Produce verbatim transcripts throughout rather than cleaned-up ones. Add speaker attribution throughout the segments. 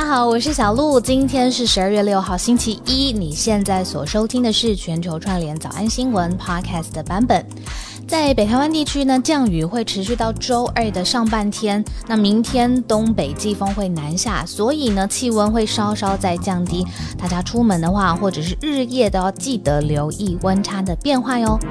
Speaker 1: 好，我是小鹿，今天是十二月六号星期一，你现在所收听的是全球串联早安新闻 Podcast 的版本。在北台湾地区呢，降雨会持续到周二的上半天，那明天东北季风会南下，所以呢气温会稍稍再降低，大家出门的话或者是日夜都要记得留意温差的变化哟。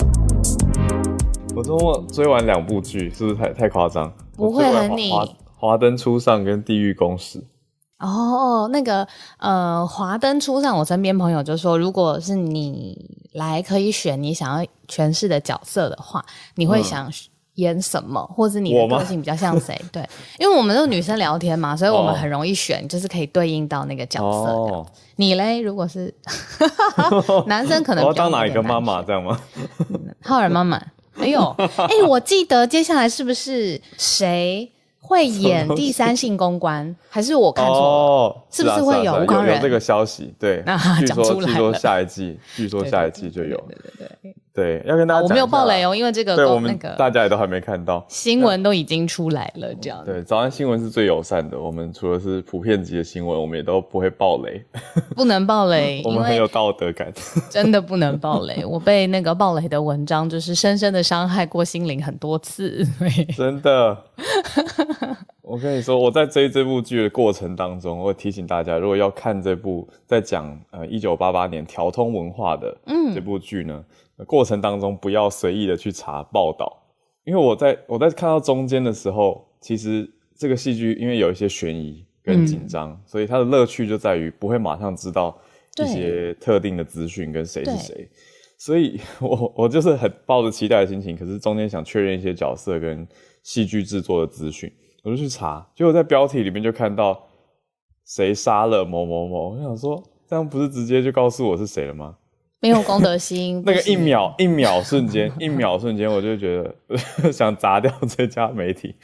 Speaker 2: 我周末追完两部剧，是不是太太夸张？
Speaker 1: 不会很你
Speaker 2: 华灯初上跟地狱公使。
Speaker 1: 哦，那个呃，华灯初上，我身边朋友就说，如果是你来可以选你想要诠释的角色的话，你会想演什么，嗯、或是你的个性比较像谁？对，因为我们都是女生聊天嘛，所以我们很容易选，就是可以对应到那个角色。哦、你嘞？如果是男生，可能比较我
Speaker 2: 要当哪一个妈妈这样吗？
Speaker 1: 浩然妈妈。哎呦，哎，我记得接下来是不是谁会演第三性公关？还是我看错了？哦，是不是会有吴康仁？
Speaker 2: 有这个消息，对，
Speaker 1: 那
Speaker 2: 据
Speaker 1: 讲出来了。
Speaker 2: 据说下一季，据说下一季就有。
Speaker 1: 对对对对
Speaker 2: 对，要跟大家讲一下。
Speaker 1: 我没有爆雷哦，因为这个
Speaker 2: 对我们
Speaker 1: 那个
Speaker 2: 大家也都还没看到，
Speaker 1: 新闻都已经出来了，这样。
Speaker 2: 对，早安新闻是最友善的，我们除了是普遍级的新闻，我们也都不会爆雷，
Speaker 1: 不能爆雷，
Speaker 2: 我们很有道德感，
Speaker 1: 真的不能爆雷。我被那个爆雷的文章就是深深的伤害过心灵很多次，
Speaker 2: 真的。我跟你说，我在追这部剧的过程当中，我会提醒大家，如果要看这部在讲呃一九八八年条通文化的这部剧呢，嗯、过程当中不要随意的去查报道，因为我在我在看到中间的时候，其实这个戏剧因为有一些悬疑跟紧张，嗯、所以它的乐趣就在于不会马上知道一些特定的资讯跟谁是谁，所以我我就是很抱着期待的心情，可是中间想确认一些角色跟戏剧制作的资讯。我就去查，结果在标题里面就看到谁杀了某某某，我想说这样不是直接就告诉我是谁了吗？
Speaker 1: 没有公德心。
Speaker 2: 那个一秒一秒瞬间一秒瞬间我就觉得想砸掉这家媒体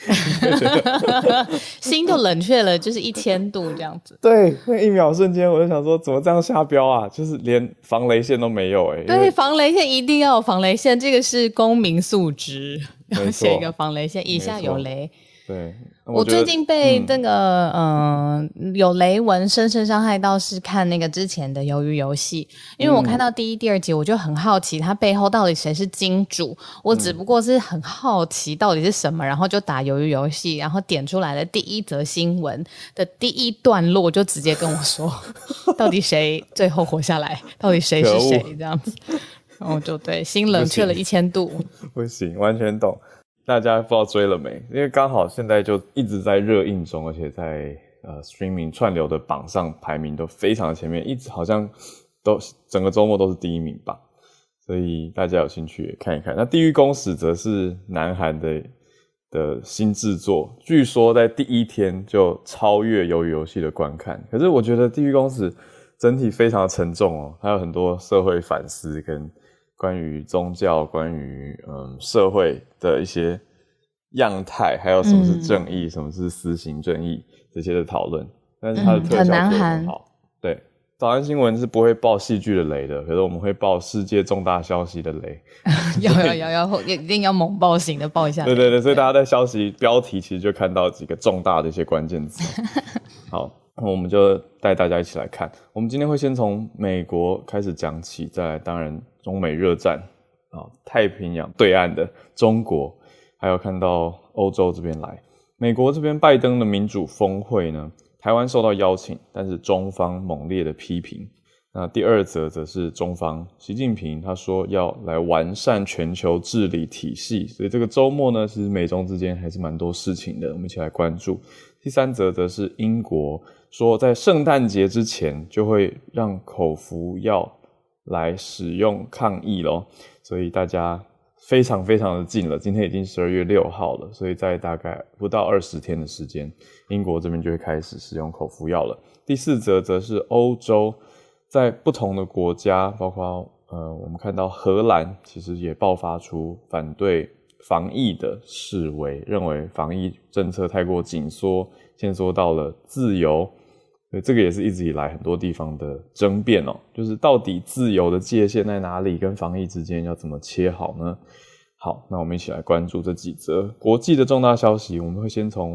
Speaker 1: 心就冷却了就是一千度这样子。
Speaker 2: 对，那一秒瞬间我就想说怎么这样下标啊，就是连防雷线都没有耶。
Speaker 1: 对，防雷线一定要有防雷线，这个是公民素质，要写一个防雷线，以下有雷。
Speaker 2: 对，
Speaker 1: 我最近被这个嗯、呃、有雷文深深伤害到，是看那个之前的鱿鱼游戏，因为我看到第一、第二集，我就很好奇它背后到底谁是金主，我只不过是很好奇到底是什么，然后就打鱿鱼游戏，然后点出来的第一则新闻的第一段落就直接跟我说，到底谁最后活下来，到底谁是谁这样子，然后就对心冷却了一千度，
Speaker 2: 不行，完全懂。大家不知道追了没？因为刚好现在就一直在热映中，而且在呃 streaming 串流的榜上排名都非常的前面，一直好像都整个周末都是第一名吧，所以大家有兴趣也看一看。那《地狱公使》则是南韩的的新制作，据说在第一天就超越鱿鱼游戏的观看。可是我觉得《地狱公使》整体非常的沉重哦，还有很多社会反思跟关于宗教、关于嗯社会的一些样态，还有什么是正义、嗯、什么是私刑正义这些的讨论，但是它的特效做得很好。嗯、对，早安新闻是不会爆戏剧的雷的，可是我们会爆世界重大消息的雷。
Speaker 1: 要要要要，一定要猛爆型的爆一下雷。
Speaker 2: 对对对，所以大家在消息标题其实就看到几个重大的一些关键字。好。我们就带大家一起来看，我们今天会先从美国开始讲起，再来当然中美热战啊，太平洋对岸的中国，还有看到欧洲这边来。美国这边拜登的民主峰会呢，台湾受到邀请，但是中方猛烈的批评。那第二则则是中方习近平他说要来完善全球治理体系，所以这个周末呢，其实美中之间还是蛮多事情的，我们一起来关注。第三则则是英国说在圣诞节之前就会让口服药来使用抗疫咯，所以大家非常非常的近了，今天已经十二月六号了，所以在大概不到二十天的时间，英国这边就会开始使用口服药了。第四则则是欧洲在不同的国家，包括呃我们看到荷兰其实也爆发出反对防疫的示威，认为防疫政策太过紧缩，限缩到了自由，所以这个也是一直以来很多地方的争辩哦，就是到底自由的界限在哪里，跟防疫之间要怎么切好呢？好，那我们一起来关注这几则国际的重大消息，我们会先从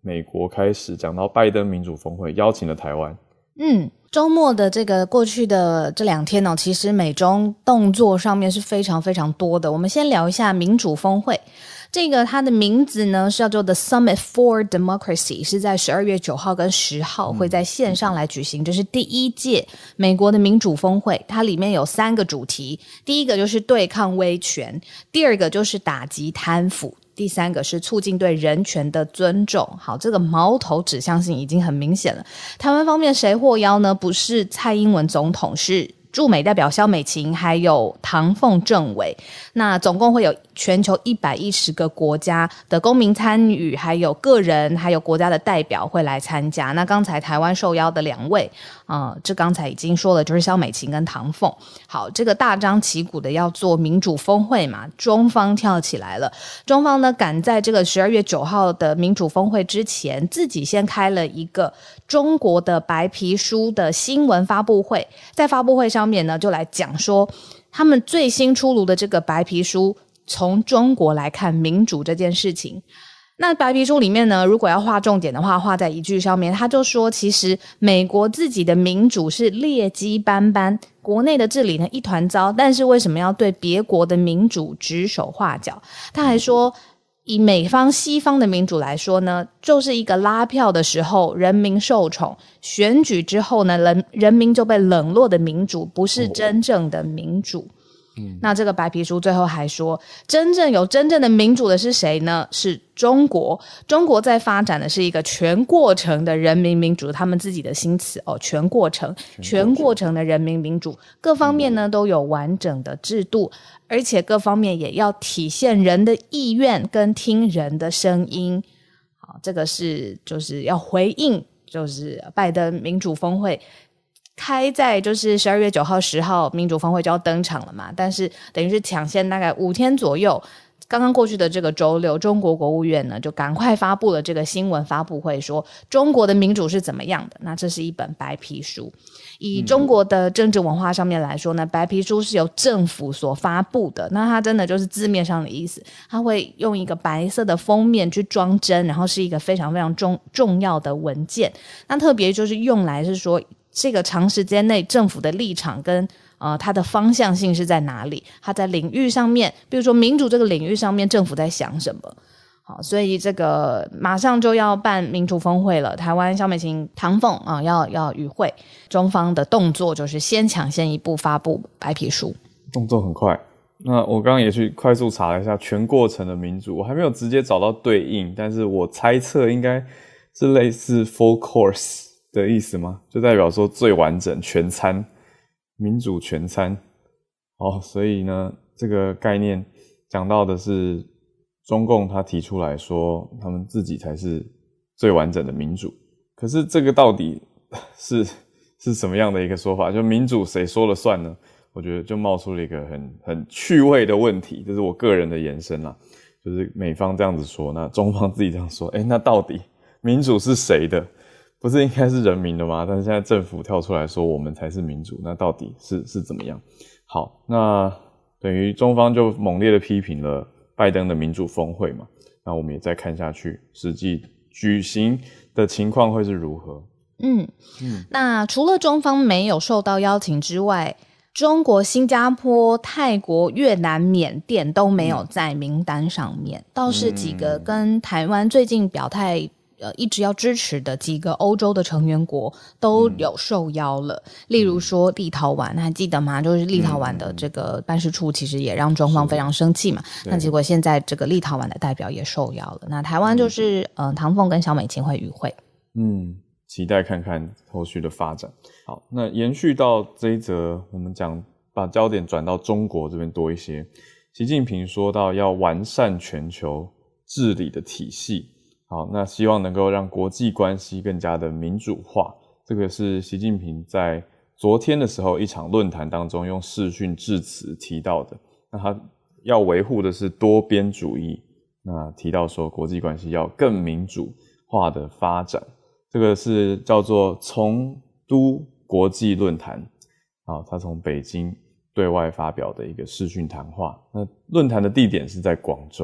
Speaker 2: 美国开始，讲到拜登民主峰会，邀请了台湾。
Speaker 1: 嗯，周末的这个过去的这两天呢，其实美中动作上面是非常非常多的。我们先聊一下民主峰会。这个它的名字呢是叫做 The Summit for Democracy， 是在十二月九号跟十号会在线上来举行，这是第一届美国的民主峰会。它里面有三个主题，第一个就是对抗威权，第二个就是打击贪腐，第三个是促进对人权的尊重。好，这个矛头指向性已经很明显了。台湾方面谁获邀呢？不是蔡英文总统，是驻美代表萧美琴还有唐凤政委。那总共会有全球一百一十个国家的公民参与，还有个人还有国家的代表会来参加。那刚才台湾受邀的两位呃，这刚才已经说了，就是萧美琴跟唐凤。好，这个大张旗鼓的要做民主峰会嘛，中方跳起来了。中方呢赶在这个十二月九号的民主峰会之前，自己先开了一个中国的白皮书的新闻发布会。在发布会上面呢，就来讲说他们最新出炉的这个白皮书，从中国来看民主这件事情。那白皮书里面呢，如果要画重点的话，画在一句上面，他就说其实美国自己的民主是劣迹斑斑，国内的治理呢一团糟，但是为什么要对别国的民主指手画脚？他还说以美方西方的民主来说呢，就是一个拉票的时候人民受宠，选举之后呢 人, 人民就被冷落的民主，不是真正的民主。嗯、那这个白皮书最后还说，真正有真正的民主的是谁呢？是中国。中国在发展的是一个全过程的人民民主，他们自己的新词哦，全过程全过程的人民民主，各方面呢都有完整的制度，而且各方面也要体现人的意愿跟听人的声音。好，这个是就是要回应，就是拜登民主峰会开在就是十二月九号十号民主峰会就要登场了嘛，但是等于是抢先大概五天左右，刚刚过去的这个周六，中国国务院呢就赶快发布了这个新闻发布会，说中国的民主是怎么样的。那这是一本白皮书。以中国的政治文化上面来说呢，白皮书是由政府所发布的，那它真的就是字面上的意思，它会用一个白色的封面去装帧，然后是一个非常非常重重要的文件。那特别就是用来是说这个长时间内政府的立场跟呃它的方向性是在哪里，它在领域上面，比如说民主这个领域上面政府在想什么。好，所以这个马上就要办民主峰会了，台湾萧美琴唐凤啊要要与会，中方的动作就是先抢先一步发布白皮书，
Speaker 2: 动作很快。那我刚刚也去快速查了一下全过程的民主，我还没有直接找到对应，但是我猜测应该是类似 full course的意思吗？就代表说最完整全餐，民主全餐。好，所以呢这个概念讲到的是中共他提出来说他们自己才是最完整的民主，可是这个到底是是什么样的一个说法？就民主谁说了算呢？我觉得就冒出了一个很很趣味的问题，这是我个人的延伸啦。就是美方这样子说，那中方自己这样说，诶，那到底民主是谁的？不是应该是人民的吗？但是现在政府跳出来说我们才是民主，那到底是是怎么样？好，那等于中方就猛烈的批评了拜登的民主峰会嘛，那我们也再看下去实际举行的情况会是如何。
Speaker 1: 嗯嗯，那除了中方没有受到邀请之外，中国、新加坡、泰国、越南、缅甸都没有在名单上面，嗯、倒是几个跟台湾最近表态呃，一直要支持的几个欧洲的成员国都有受邀了，嗯、例如说立陶宛，还记得吗？就是立陶宛的这个办事处其实也让中方非常生气嘛。那结果现在这个立陶宛的代表也受邀了，那台湾就是嗯、呃，唐凤跟萧美琴会与会。
Speaker 2: 嗯，期待看看后续的发展。好，那延续到这一则，我们讲把焦点转到中国这边多一些。习近平说到要完善全球治理的体系。好，那希望能够让国际关系更加的民主化，这个是习近平在昨天的时候一场论坛当中用视讯致辞提到的。那他要维护的是多边主义，那提到说国际关系要更民主化的发展，这个是叫做从都国际论坛。好，他从北京对外发表的一个视讯谈话。那论坛的地点是在广州。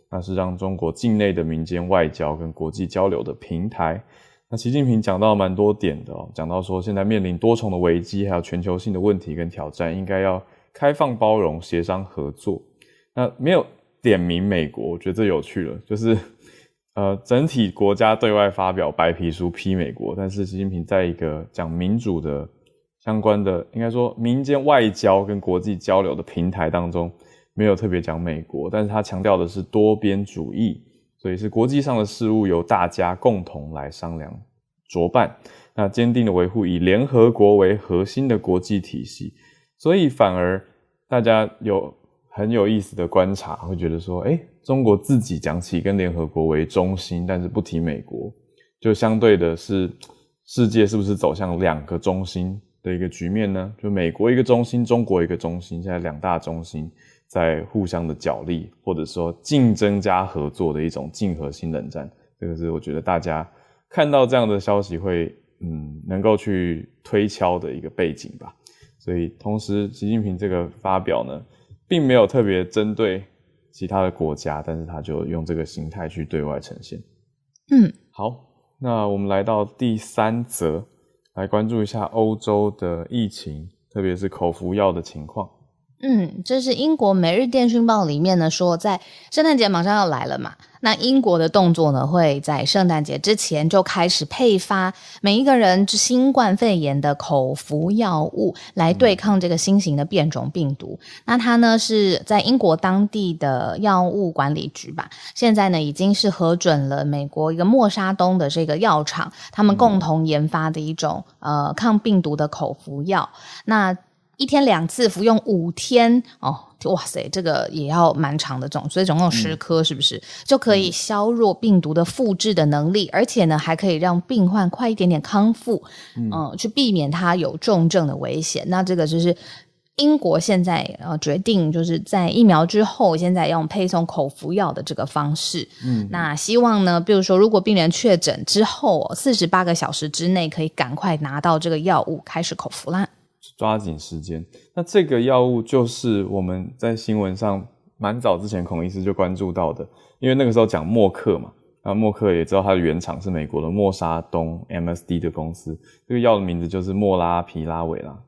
Speaker 2: 那是让中国境内的民间外交跟国际交流的平台。那习近平讲到蛮多点的哦，讲到说现在面临多重的危机，还有全球性的问题跟挑战，应该要开放包容、协商合作。那没有点名美国，我觉得这有趣了，就是呃整体国家对外发表白皮书批美国，但是习近平在一个讲民主的相关的，应该说民间外交跟国际交流的平台当中，没有特别讲美国，但是他强调的是多边主义，所以是国际上的事务由大家共同来商量酌办，那坚定的维护以联合国为核心的国际体系。所以反而大家有很有意思的观察，会觉得说诶中国自己讲起跟联合国为中心，但是不提美国，就相对的是世界是不是走向两个中心的一个局面呢？就美国一个中心，中国一个中心，现在两大中心在互相的角力，或者说竞争加合作的一种竞合新冷战。这个是我觉得大家看到这样的消息会嗯能够去推敲的一个背景吧。所以同时习近平这个发表呢并没有特别针对其他的国家，但是他就用这个形态去对外呈现。
Speaker 1: 嗯，
Speaker 2: 好，那我们来到第三则，来关注一下欧洲的疫情，特别是口服药的情况。
Speaker 1: 嗯，这是英国每日电讯报里面呢说，在圣诞节马上要来了嘛，那英国的动作呢会在圣诞节之前就开始配发每一个人新冠肺炎的口服药物，来对抗这个新型的变种病毒。嗯、那它呢是在英国当地的药物管理局吧，现在呢已经是核准了美国一个默沙东的这个药厂，他们共同研发的一种、嗯、呃抗病毒的口服药。那一天两次服用五天哦，哇塞，这个也要蛮长的种，所以总共十颗是不是、嗯、就可以削弱病毒的复制的能力，而且呢还可以让病患快一点点康复，嗯、呃，去避免他有重症的危险。那这个就是英国现在呃决定就是在疫苗之后，现在用配送口服药的这个方式，嗯，那希望呢，比如说如果病人确诊之后四十八个小时之内可以赶快拿到这个药物开始口服啦。
Speaker 2: 抓紧时间。那这个药物就是我们在新闻上蛮早之前孔医师就关注到的，因为那个时候讲默克嘛，那默克也知道它的原厂是美国的默沙东 M S D 的公司，这个药的名字就是莫拉皮拉韦啦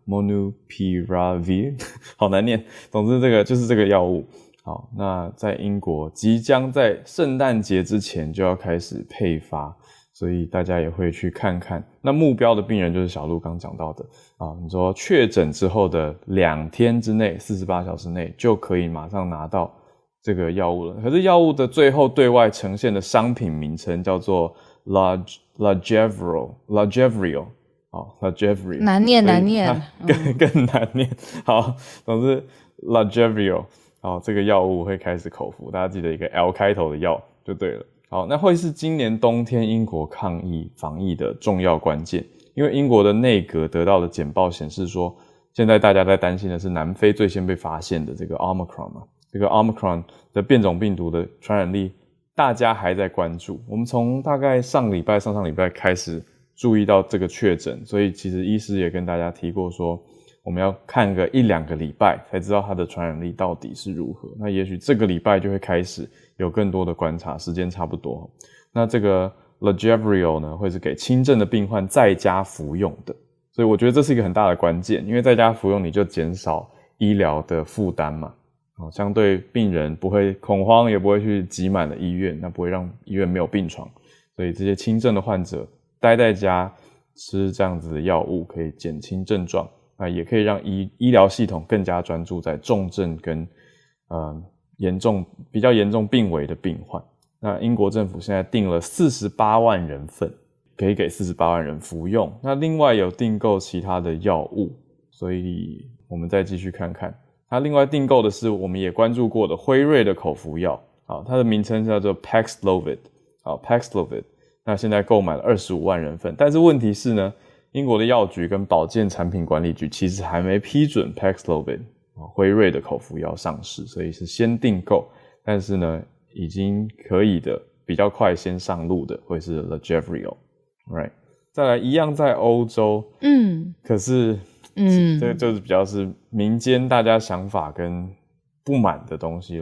Speaker 2: Monopiravir 好难念，总之这个就是这个药物。好，那在英国即将在圣诞节之前就要开始配发，所以大家也会去看看。那目标的病人就是小鹿刚讲到的啊，你说确诊之后的两天之内四十八小时内就可以马上拿到这个药物了。可是药物的最后对外呈现的商品名称叫做 Largevrio Largevrio 好 Largevrio
Speaker 1: 难念难念
Speaker 2: 更、嗯、更难念。好，总之 Largevrio 好，这个药物会开始口服，大家记得一个 L 开头的药就对了。好，那会是今年冬天英国抗疫防疫的重要关键，因为英国的内阁得到的简报显示说，现在大家在担心的是南非最先被发现的这个 Omicron 嘛，这个 Omicron 的变种病毒的传染力大家还在关注。我们从大概上礼拜上上礼拜开始注意到这个确诊，所以其实医师也跟大家提过说，我们要看个一两个礼拜才知道它的传染力到底是如何。那也许这个礼拜就会开始有更多的观察，时间差不多。那这个 Largevrio 呢，会是给轻症的病患在家服用的，所以我觉得这是一个很大的关键，因为在家服用你就减少医疗的负担嘛，哦，相对病人不会恐慌，也不会去挤满了医院，那不会让医院没有病床，所以这些轻症的患者待在家吃这样子的药物可以减轻症状，那也可以让医医疗系统更加专注在重症跟呃严重比较严重病危的病患。那英国政府现在订了四十八万人份，可以给四十八万人服用。那另外有订购其他的药物，所以我们再继续看看。它另外订购的是我们也关注过的辉瑞的口服药，好，它的名称叫做 Paxlovid， 好 Paxlovid。那现在购买了二十五万人份，但是问题是呢，英国的药局跟保健产品管理局其实还没批准 Paxlovid 辉瑞的口服药上市，所以是先订购，但是呢已经可以的比较快先上路的会是 Largevrio right。 再来一样在欧洲，嗯，可是嗯，这个就是比较是民间大家想法跟不满的东西了。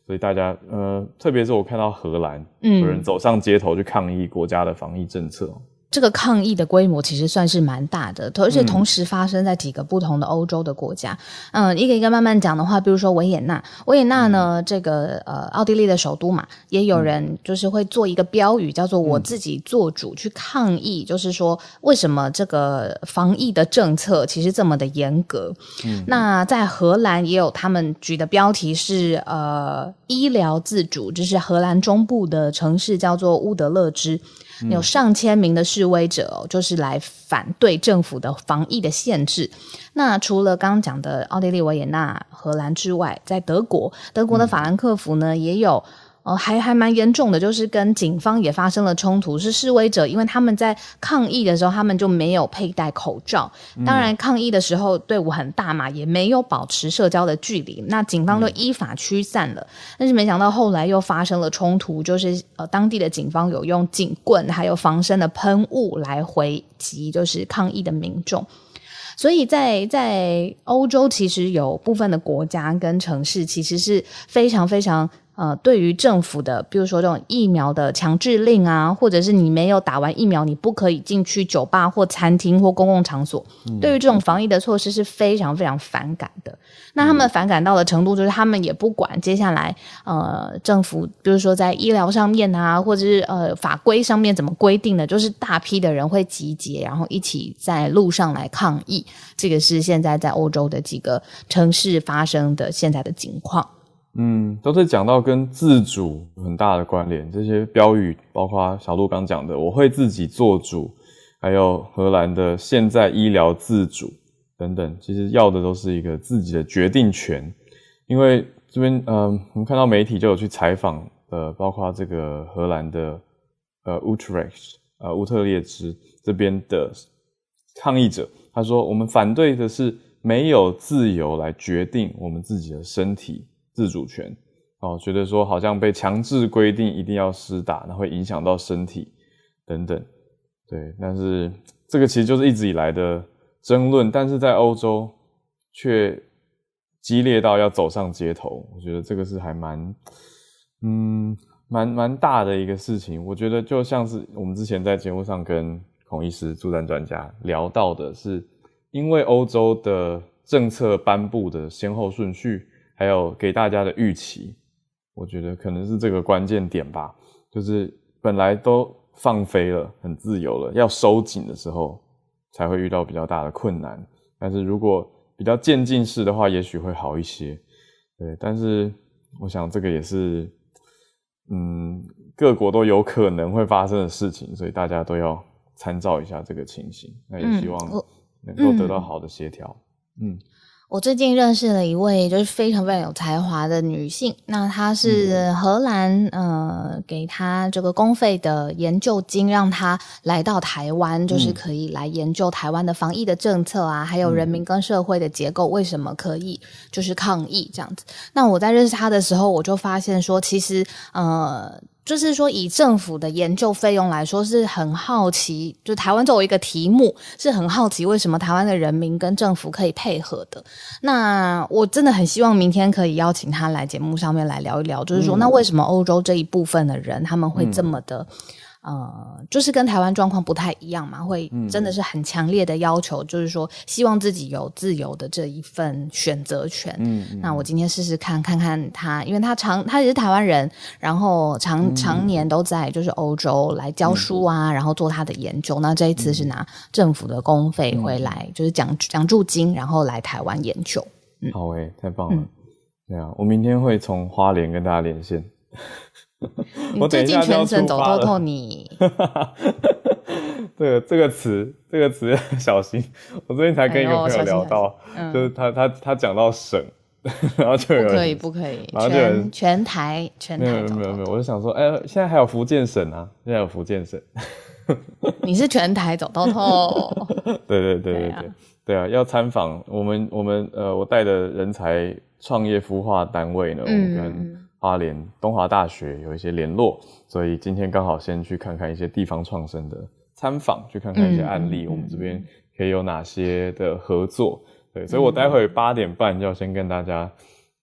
Speaker 2: 所以大家呃，特别是我看到荷兰，嗯，有人走上街头去抗议国家的防疫政策。
Speaker 1: 这个抗议的规模其实算是蛮大的，而且同时发生在几个不同的欧洲的国家。嗯，一个一个慢慢讲的话，比如说维也纳，维也纳呢，嗯、这个呃奥地利的首都嘛，也有人就是会做一个标语，叫做"我自己做主"，去抗议，就是说为什么这个防疫的政策其实这么的严格。嗯，那在荷兰也有他们举的标题是呃医疗自主，就是荷兰中部的城市叫做乌德勒支。有上千名的示威者、哦、就是来反对政府的防疫的限制。那除了刚刚讲的奥地利、维也纳、荷兰之外，在德国，德国的法兰克福呢、嗯、也有呃，还还蛮严重的，就是跟警方也发生了冲突，是示威者，因为他们在抗议的时候，他们就没有佩戴口罩。当然，抗议的时候队伍很大嘛，也没有保持社交的距离，那警方就依法驱散了。嗯、但是没想到后来又发生了冲突，就是呃，当地的警方有用警棍还有防身的喷雾来回击，就是抗议的民众。所以在在欧洲，其实有部分的国家跟城市其实是非常非常呃，对于政府的比如说这种疫苗的强制令啊，或者是你没有打完疫苗你不可以进去酒吧或餐厅或公共场所、嗯、对于这种防疫的措施是非常非常反感的。那他们反感到的程度就是他们也不管接下来呃政府比如说在医疗上面啊，或者是呃法规上面怎么规定的，就是大批的人会集结然后一起在路上来抗议。这个是现在在欧洲的几个城市发生的现在的情况。
Speaker 2: 嗯，都是讲到跟自主很大的关联，这些标语包括小鹿刚讲的我会自己做主，还有荷兰的现在医疗自主等等，其实要的都是一个自己的决定权。因为这边呃，我们看到媒体就有去采访呃，包括这个荷兰的呃 Utrecht 呃乌特列支这边的抗议者，他说我们反对的是没有自由来决定我们自己的身体自主权，哦，觉得说好像被强制规定一定要施打，那会影响到身体等等。对，但是这个其实就是一直以来的争论，但是在欧洲却激烈到要走上街头，我觉得这个是还蛮嗯蛮蛮大的一个事情。我觉得就像是我们之前在节目上跟孔医师助战专家聊到的是，因为欧洲的政策颁布的先后顺序还有给大家的预期，我觉得可能是这个关键点吧。就是本来都放飞了，很自由了，要收紧的时候才会遇到比较大的困难。但是如果比较渐进式的话，也许会好一些。对，但是我想这个也是嗯各国都有可能会发生的事情，所以大家都要参照一下这个情形。那也希望能够得到好的协调。嗯。嗯
Speaker 1: 我最近认识了一位就是非常非常有才华的女性，那她是荷兰、嗯、呃给她这个公费的研究金，让她来到台湾，就是可以来研究台湾的防疫的政策啊，还有人民跟社会的结构为什么可以就是抗疫这样子。那我在认识她的时候，我就发现说其实呃就是说以政府的研究费用来说，是很好奇，就台湾作为一个题目是很好奇为什么台湾的人民跟政府可以配合的。那我真的很希望明天可以邀请他来节目上面来聊一聊，就是说、嗯、那为什么欧洲这一部分的人他们会这么的、嗯、呃，就是跟台湾状况不太一样嘛，会真的是很强烈的要求，就是说希望自己有自由的这一份选择权。嗯，那我今天试试看看看他，因为他常他也是台湾人，然后常常年都在就是欧洲来教书啊、嗯、然后做他的研究。那这一次是拿政府的公费回来、嗯、就是奖奖助金，然后来台湾研究。
Speaker 2: 嗯、好诶，太棒了、嗯、对啊，我明天会从花莲跟大家连线。
Speaker 1: 你最近全省走透透你
Speaker 2: 这个这个词这个词小心，我最近才跟一个朋友聊到、哎嗯、就是他他他讲到省然后就有人
Speaker 1: 不可以不可以
Speaker 2: 然后就有人
Speaker 1: 全全台全台走透透，
Speaker 2: 没有没有没有，我就想说哎，现在还有福建省啊，现在有福建省
Speaker 1: 你是全台走透透
Speaker 2: 对对对对对、啊、对啊，要参访我们我们呃我带的人才创业孵化单位呢、嗯、我们跟花莲东华大学有一些联络，所以今天刚好先去看看一些地方创生的参访，去看看一些案例、嗯、我们这边可以有哪些的合作。对，所以我待会八点半就要先跟大家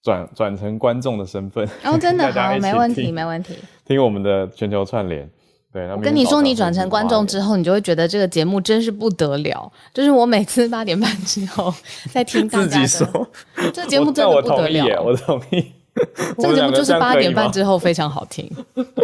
Speaker 2: 转转成观众的身份。
Speaker 1: 哦，真的好，没问题，
Speaker 2: 听
Speaker 1: 没问题。
Speaker 2: 听我们的全球串联。对，
Speaker 1: 我跟你说，你转成观众之后，你就会觉得这个节目真是不得了。就是我每次八点半之后在听大家的，
Speaker 2: 自己说，
Speaker 1: 这个节目真的不得了。
Speaker 2: 我同意耶，我同意。
Speaker 1: 这个节目就是八点半之后非常好听。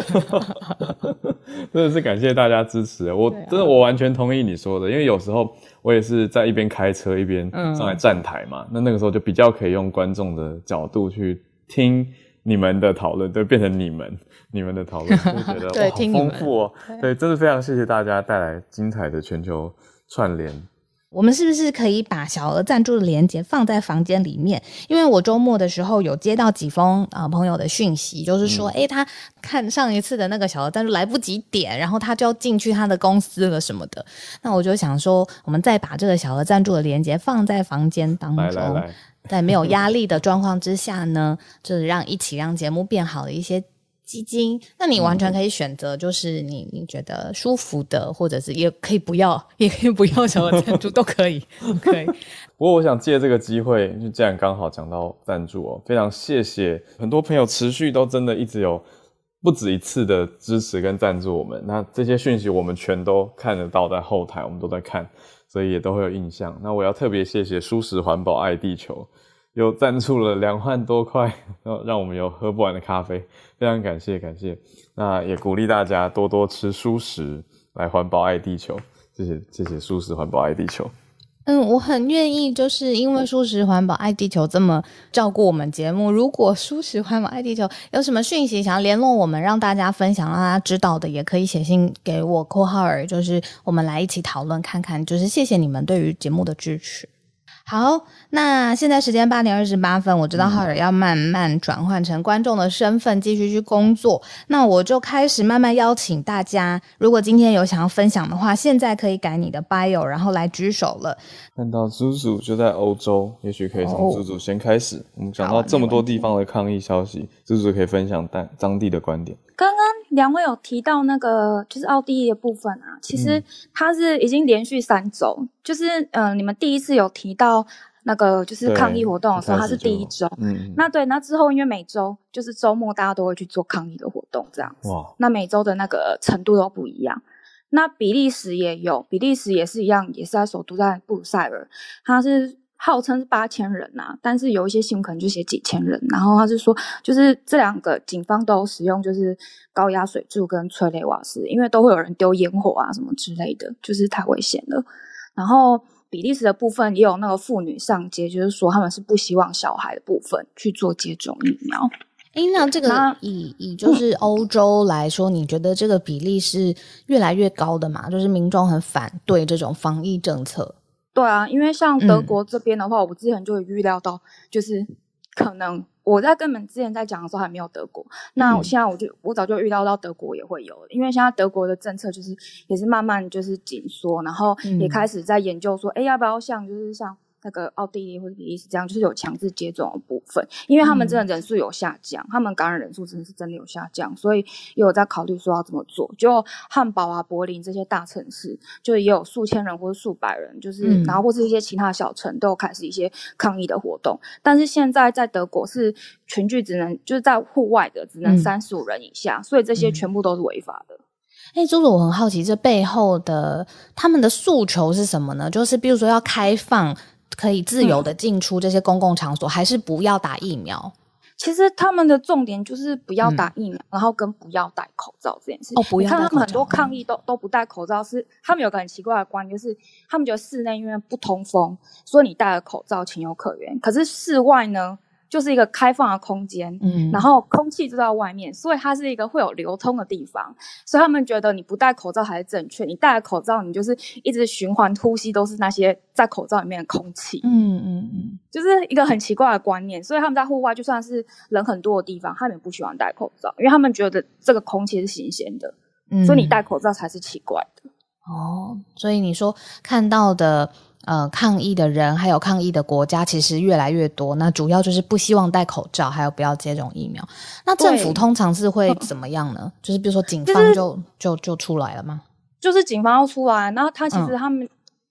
Speaker 2: 真的是感谢大家支持，我、啊、真的我完全同意你说的，因为有时候我也是在一边开车一边上来站台嘛、嗯，那那个时候就比较可以用观众的角度去听你们的讨论，对，变成你们你们的讨论，就觉得
Speaker 1: 对，
Speaker 2: 哇，好丰富哦。对，对，真的非常谢谢大家带来精彩的全球串联。
Speaker 1: 我们是不是可以把小额赞助的连结放在房间里面？因为我周末的时候有接到几封呃朋友的讯息，就是说，诶、嗯、他看上一次的那个小额赞助来不及点，然后他就要进去他的公司了什么的。那我就想说，我们再把这个小额赞助的连结放在房间当中，
Speaker 2: 来来来，
Speaker 1: 在没有压力的状况之下呢，就是让一起让节目变好的一些基金，那你完全可以选择，就是你你觉得舒服的，或者是也可以不要，也可以不要小额赞助，都可以，都可以。
Speaker 2: 不过我想借这个机会，就既然刚好讲到赞助哦，非常谢谢很多朋友持续都真的一直有不止一次的支持跟赞助我们。那这些讯息我们全都看得到，在后台我们都在看，所以也都会有印象。那我要特别谢谢蔬食环保爱地球。有赞助了两万多块，让我们有喝不完的咖啡，非常感谢感谢。那也鼓励大家多多吃蔬食，来环保爱地球。谢谢谢谢蔬食环保爱地球。
Speaker 1: 嗯，我很愿意，就是因为蔬食环保爱地球这么照顾我们节目。如果蔬食环保爱地球有什么讯息想要联络我们，让大家分享，让大家知道的，也可以写信给我括号儿，就是我们来一起讨论看看。就是谢谢你们对于节目的支持。好，那现在时间八点二十八分，我知道浩尔要慢慢转换成观众的身份继续去工作，那我就开始慢慢邀请大家，如果今天有想要分享的话，现在可以改你的 bio 然后来举手了。
Speaker 2: 看到猪猪就在欧洲，也许可以从猪猪先开始、哦、我们讲到这么多地方的抗议消息，猪猪可以分享当地的观点。
Speaker 3: 刚刚两位有提到那个就是奥地利的部分啊，其实它是已经连续三周、嗯、就是呃你们第一次有提到那个就是抗议活动的时候，它是第一周，嗯，那对，那之后因为每周就是周末大家都会去做抗议的活动这样子，哇，那每周的那个程度都不一样。那比利时也有，比利时也是一样，也是在首都在布鲁塞尔，它是号称是八千人啊，但是有一些新闻可能就写几千人。然后他是说，就是这两个警方都使用就是高压水柱跟催泪瓦斯，因为都会有人丢烟火啊什么之类的，就是太危险了。然后比利时的部分也有那个妇女上街，就是说他们是不希望小孩的部分去做接种疫苗。
Speaker 1: 诶，那这个以以就是欧洲来说、嗯、你觉得这个比例是越来越高的嘛？就是民众很反对这种防疫政策。
Speaker 3: 对啊，因为像德国这边的话、嗯、我之前就有预料到，就是可能我在跟你们之前在讲的时候还没有德国，那我现在我就我早就预料到德国也会有了，因为现在德国的政策就是也是慢慢就是紧缩，然后也开始在研究说，诶、嗯、要不要像就是像那个奥地利或者比利时这样，就是有强制接种的部分，因为他们真的人数有下降、嗯、他们感染人数真的是真的有下降，所以也有在考虑说要怎么做。就汉堡啊柏林这些大城市就也有数千人或者数百人，就是、嗯、然后或是一些其他小城都有开始一些抗议的活动，但是现在在德国是群聚只能就是在户外的只能三十五人以下、嗯、所以这些全部都是违法的。
Speaker 1: 哎，朱主，我很好奇这背后的他们的诉求是什么呢？就是比如说要开放可以自由的进出这些公共场所、嗯、还是不要打疫苗？
Speaker 3: 其实他们的重点就是不要打疫苗、嗯、然后跟不要戴口罩这件事。
Speaker 1: 哦，不要戴口罩。
Speaker 3: 你看他们很多抗议都都不戴口罩，是他们有个很奇怪的观念，就是他们觉得室内因为不通风，所以你戴了口罩情有可原。可是室外呢，就是一个开放的空间，嗯，然后空气就在外面，所以它是一个会有流通的地方，所以他们觉得你不戴口罩还是正确，你戴了口罩你就是一直循环呼吸都是那些在口罩里面的空气，嗯嗯嗯，就是一个很奇怪的观念，所以他们在户外就算是人很多的地方，他们也不喜欢戴口罩，因为他们觉得这个空气是新鲜的，嗯，所以你戴口罩才是奇怪的。
Speaker 1: 哦，所以你说看到的呃，抗议的人还有抗议的国家其实越来越多，那主要就是不希望戴口罩还有不要接种疫苗。那政府通常是会怎么样呢？就是比如说警方就、就是、就就出来了吗？
Speaker 3: 就是警方要出来，然后他其实他们、嗯、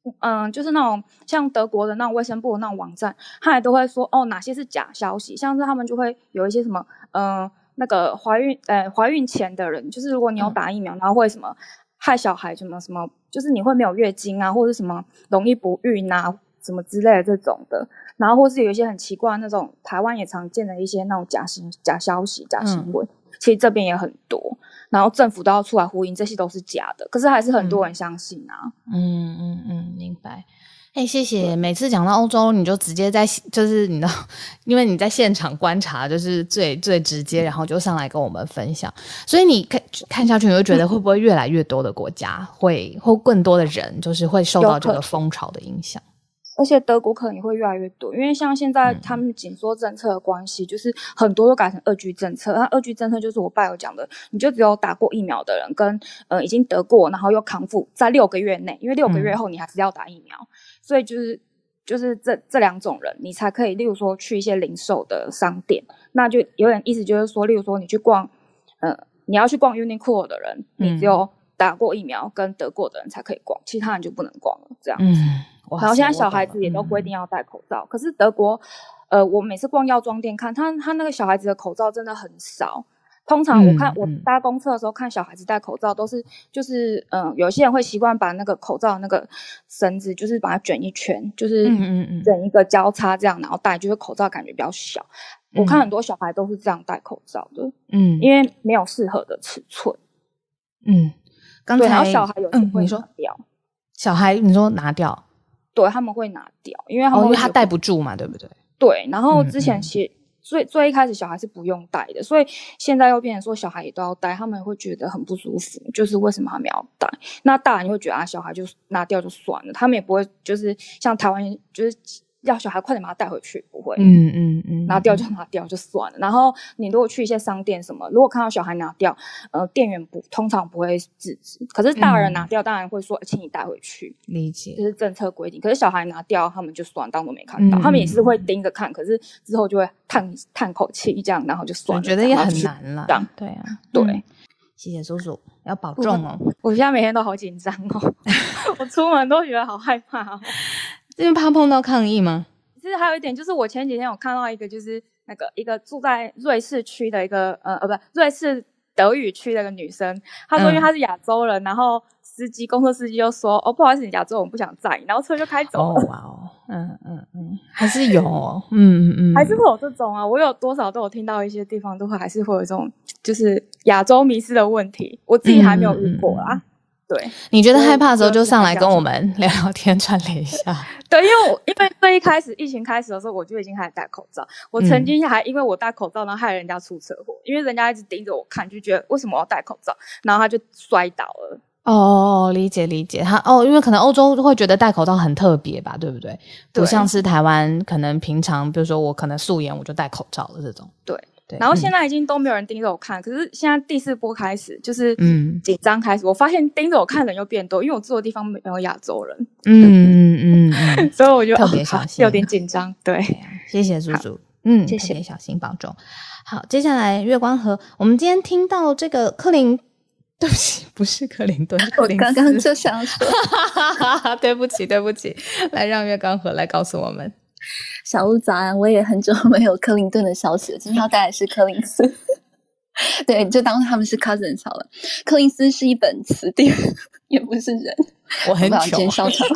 Speaker 3: 嗯，就是那种像德国的那种卫生部的那种网站，他也都会说哦哪些是假消息，像是他们就会有一些什么嗯那个怀孕呃怀孕前的人，就是如果你有打疫苗，嗯、然后会什么害小孩什么什么，就是你会没有月经啊，或者什么容易不孕啊什么之类的这种的，然后或是有一些很奇怪的那种台湾也常见的一些那种假新假消息假新闻。嗯其实这边也很多，然后政府都要出来呼应，这些都是假的，可是还是很多人相信啊。
Speaker 1: 嗯嗯嗯，明白。哎、欸，谢谢。每次讲到欧洲，你就直接在，就是你知道，因为你在现场观察，就是最最直接，然后就上来跟我们分享。所以你看看下去，你会觉得会不会越来越多的国家会，或更多的人，就是会受到这个风潮的影响？
Speaker 3: 而且德国可能也会越来越多，因为像现在他们紧缩政策的关系、嗯，就是很多都改成二 G 政策。那二 G 政策就是我爸有讲的，你就只有打过疫苗的人跟呃已经得过，然后又康复，在六个月内，因为六个月后你还是要打疫苗，嗯、所以就是就是这这两种人，你才可以，例如说去一些零售的商店，那就有点意思，就是说，例如说你去逛，呃，你要去逛 Uniqlo 的人，你只有打过疫苗跟得过的人才可以逛，其他人就不能逛了，这样。
Speaker 1: 嗯。
Speaker 3: 然后现在小孩子也都规定要戴口罩，嗯、可是德国，呃，我每次逛药妆店看他，他那个小孩子的口罩真的很少。通常我看、嗯、我搭公车的时候看小孩子戴口罩，都是就是嗯、呃，有些人会习惯把那个口罩的那个绳子就是把它卷一圈，就是卷一个交叉这样，然后戴，就是口罩感觉比较小。嗯、我看很多小孩都是这样戴口罩的，嗯，因为没有适合的尺寸。
Speaker 1: 嗯，刚才
Speaker 3: 对，然后小孩有时会拿掉、
Speaker 1: 嗯。小孩你说拿掉？
Speaker 3: 对，他们会拿掉，因为他们、
Speaker 1: 哦、因为他戴不住嘛，对不对？
Speaker 3: 对，然后之前其实、嗯嗯、最最一开始小孩是不用戴的，所以现在又变成说小孩也都要戴，他们会觉得很不舒服，就是为什么他们要戴？那大人会觉得啊，小孩就拿掉就算了，他们也不会就是像台湾就是要小孩快点把他带回去，不会，
Speaker 1: 嗯嗯嗯，
Speaker 3: 拿掉就拿掉就算了。然后你如果去一些商店什么，如果看到小孩拿掉，呃，店员不通常不会制止，可是大人拿掉，当然会说，请你带回去，
Speaker 1: 理解，
Speaker 3: 这是政策规定。可是小孩拿掉，他们就算当作没看到，嗯、他们也是会盯着看，可是之后就会叹叹口气这样，然后就算了。
Speaker 1: 我觉得也很难啦，对啊，
Speaker 3: 对。
Speaker 1: 嗯谢谢叔叔，要保重哦。
Speaker 3: 我, 我现在每天都好紧张哦，我出门都觉得好害怕哦。
Speaker 1: 因为怕碰到抗议吗？
Speaker 3: 其实还有一点就是，我前几天有看到一个，就是那个一个住在瑞士区的一个呃呃，不，瑞士德语区的一个女生，她说因为她是亚洲人，嗯、然后司机公车司机就说哦，不好意思，你亚洲人不想载你，然后车就开走了。
Speaker 1: 哦哇哦，嗯嗯嗯，还是有哦，嗯嗯嗯，
Speaker 3: 还是会有这种啊，我有多少都有听到一些地方都会还是会有这种就是亚洲迷思的问题，我自己还没有遇过啊。嗯嗯嗯对，
Speaker 1: 你觉得害怕的时候就上来跟我们聊聊天串联一下。
Speaker 3: 对，因为我因为最一开始疫情开始的时候，我就已经开始戴口罩。我曾经还因为我戴口罩，然后害人家出车祸，因为人家一直盯着我看，就觉得为什么我要戴口罩，然后他就摔倒了。
Speaker 1: 哦，理解理解，他哦，因为可能欧洲会觉得戴口罩很特别吧，对不对？不像是台湾，可能平常比如说我可能素颜我就戴口罩了这种。
Speaker 3: 对。然后现在已经都没有人盯着我看，嗯、可是现在第四波开始就是紧张开始，嗯、我发现盯着我看的人又变多，因为我住的地方没有亚洲人，
Speaker 1: 嗯嗯嗯，
Speaker 3: 所以我就
Speaker 1: 特别小心，
Speaker 3: 有点紧张。对，
Speaker 1: 对啊，谢谢叔叔，嗯，谢谢，特别小心保重。好，接下来月光河，我们今天听到这个克林。对不起，不是克林顿，
Speaker 4: 我刚刚就想说，
Speaker 1: 对不起，对不起，来让月光河来告诉我们。
Speaker 4: 小屋早安，我也很久没有克林顿的消息了，今天要带来是柯林斯，对，就当他们是 cousins 好了。柯林斯是一本词典，也不是人。
Speaker 1: 我很穷，
Speaker 4: 今天烧场。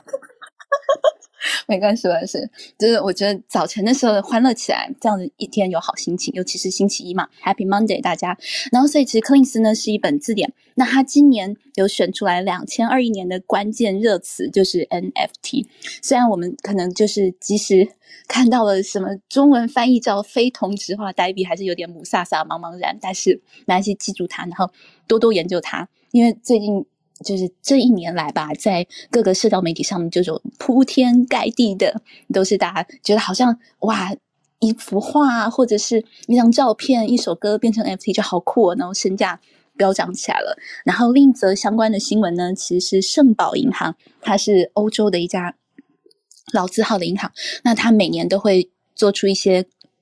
Speaker 4: 没关系，没关系，就是我觉得早晨的时候欢乐起来，这样子一天有好心情，尤其是星期一嘛 ，Happy Monday 大家。然后所以其实柯林斯呢是一本字典，那他今年有选出来两千二十一年的关键热词，就是 N F T。虽然我们可能就是即使看到了什么中文翻译叫非同质化代币，还是有点母萨萨茫茫然，但是没关系，记住它，然后多多研究它，因为最近。就是这一年来吧，在各个社交媒体上面，这种铺天盖地的，都是大家觉得好像哇，一幅画或者是一张照片、一首歌变成 N F T 就好酷哦，然后身价飙涨起来了。然后另一则相关的新闻呢，其实是圣保银行，它是欧洲的一家老字号的银行，那它每年都会做出一些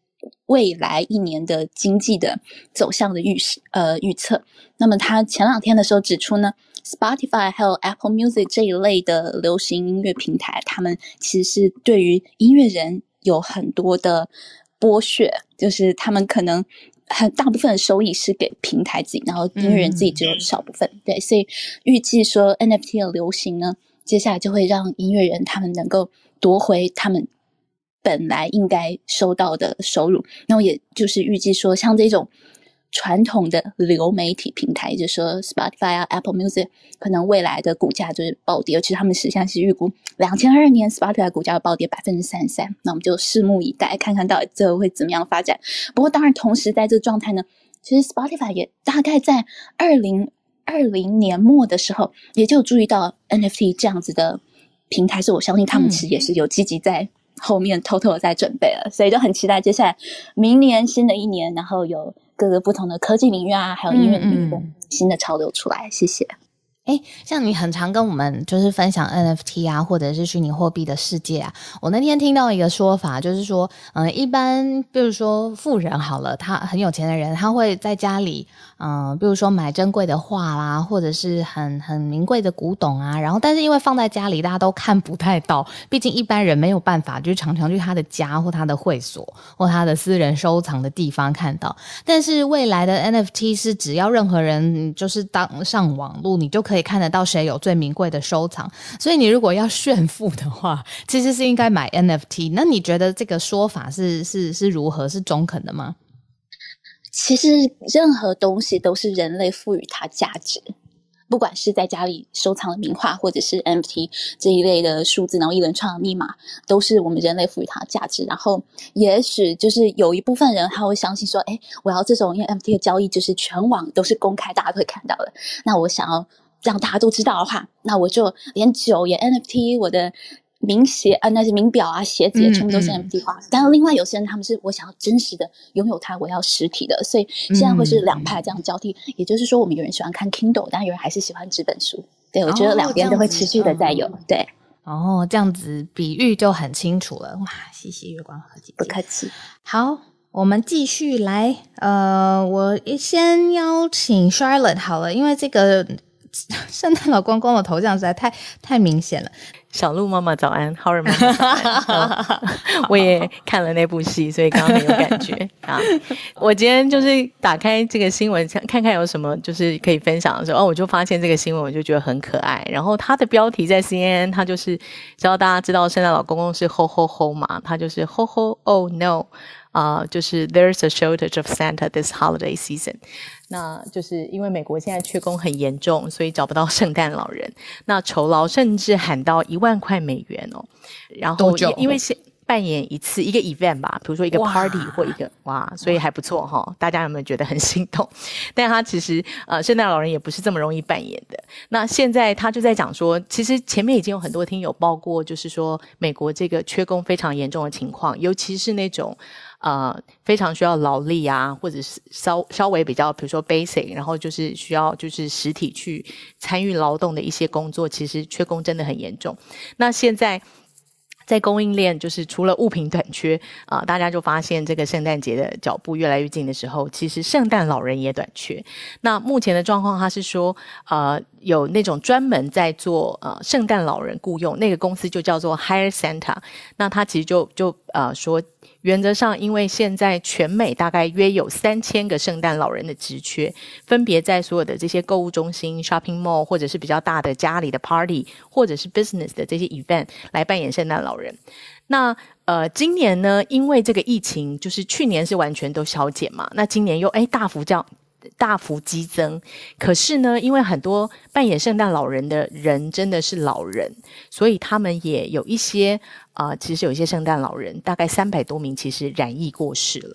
Speaker 4: 未来一年的经济的走向的预呃预测。那么他前两天的时候指出呢 Spotify 还有 Apple Music 这一类的流行音乐平台，他们其实是对于音乐人有很多的剥削，就是他们可能很大部分的收益是给平台自己，然后音乐人自己只有少部分、嗯、对，所以预计说 N F T 的流行呢，接下来就会让音乐人他们能够夺回他们本来应该收到的收入。然后也就是预计说像这种传统的流媒体平台，也就是说 Spotify 啊 Apple Music 可能未来的股价就是暴跌，尤其是他们实际上是预估二零二二年 Spotify 股价会暴跌 百分之三十三， 那我们就拭目以待，看看到底这会怎么样发展。不过当然同时在这个状态呢，其实 Spotify 也大概在二零二零年末的时候也就注意到 N F T 这样子的平台，是我相信他们其实也是有积极在后面偷偷的在准备了、嗯、所以就很期待接下来明年新的一年，然后有各个不同的科技领域啊，还有音乐领域的新的潮流出来、嗯嗯、谢谢。
Speaker 1: 诶，像你很常跟我们就是分享 N F T 啊，或者是虚拟货币的世界啊。我那天听到一个说法，就是说，嗯、呃，一般比如说富人好了，他很有钱的人，他会在家里，嗯、呃，比如说买珍贵的画啦，或者是很很名贵的古董啊，然后但是因为放在家里，大家都看不太到，毕竟一般人没有办法，就是常常去他的家或他的会所或他的私人收藏的地方看到。但是未来的 N F T 是只要任何人就是当上网路，你就可以可以看得到谁有最名贵的收藏，所以你如果要炫富的话，其实是应该买 N F T。 那你觉得这个说法是是是如何，是中肯的吗？
Speaker 4: 其实任何东西都是人类赋予它价值，不管是在家里收藏的名画，或者是 N F T 这一类的数字，然后一连串的密码，都是我们人类赋予它的价值。然后也许就是有一部分人他会相信说，诶，我要这种，因为 N F T 的交易就是全网都是公开，大家都会看到的，那我想要让大家都知道的话，那我就连酒也 N F T， 我的名鞋啊，那些名表啊、鞋子也全部都是 N F T 化。嗯嗯、但另外有些人他们是我想要真实的拥有它，我要实体的，所以现在会是两派这样交替。嗯、也就是说，我们有人喜欢看 Kindle， 但有人还是喜欢纸本书。对，我觉得两边都会持续的在有。哦、对，
Speaker 1: 哦，这样子比喻就很清楚了。哇，谢谢月光河姐姐，
Speaker 4: 不客气。
Speaker 1: 好。我们继续来，呃，我先邀请 Charlotte 好了，因为这个圣诞老公公的头像实在太太明显了。
Speaker 5: 小鹿妈妈早安，浩仁妈妈早安。我也看了那部戏，所以刚刚很有感觉啊。我今天就是打开这个新闻，看看有什么就是可以分享的时候，哦，我就发现这个新闻，我就觉得很可爱。然后它的标题在 C N N， 它就是只要大家知道圣诞老公公是 ho ho ho 嘛，它就是 ho ho oh no。啊、uh, 就是 there's a shortage of Santa this holiday season， 那就是因为美国现在缺工很严重，所以找不到圣诞老人，那酬劳甚至喊到一万块美元哦。然后因为是扮演一次一个 event 吧，比如说一个 party 或一个 哇, 哇，所以还不错哈、哦。大家有没有觉得很心动？但他其实呃，圣诞老人也不是这么容易扮演的。那现在他就在讲说，其实前面已经有很多听友报过，就是说美国这个缺工非常严重的情况，尤其是那种。呃，非常需要劳力啊，或者是稍稍微比较，比如说 basic， 然后就是需要就是实体去参与劳动的一些工作，其实缺工真的很严重。那现在在供应链，就是除了物品短缺啊、呃，大家就发现这个圣诞节的脚步越来越近的时候，其实圣诞老人也短缺。那目前的状况，他是说，呃，有那种专门在做呃圣诞老人雇用，那个公司就叫做 Hire Santa。那他其实就就呃说。原则上，因为现在全美大概约有三千个圣诞老人的职缺，分别在所有的这些购物中心 shopping mall 或者是比较大的家里的 party 或者是 business 的这些 event 来扮演圣诞老人。那呃，今年呢，因为这个疫情，就是去年是完全都削减嘛，那今年又诶大幅降。大幅激增，可是呢，因为很多扮演圣诞老人的人真的是老人，所以他们也有一些啊、呃，其实有一些圣诞老人，大概三百多名，其实染疫过世了。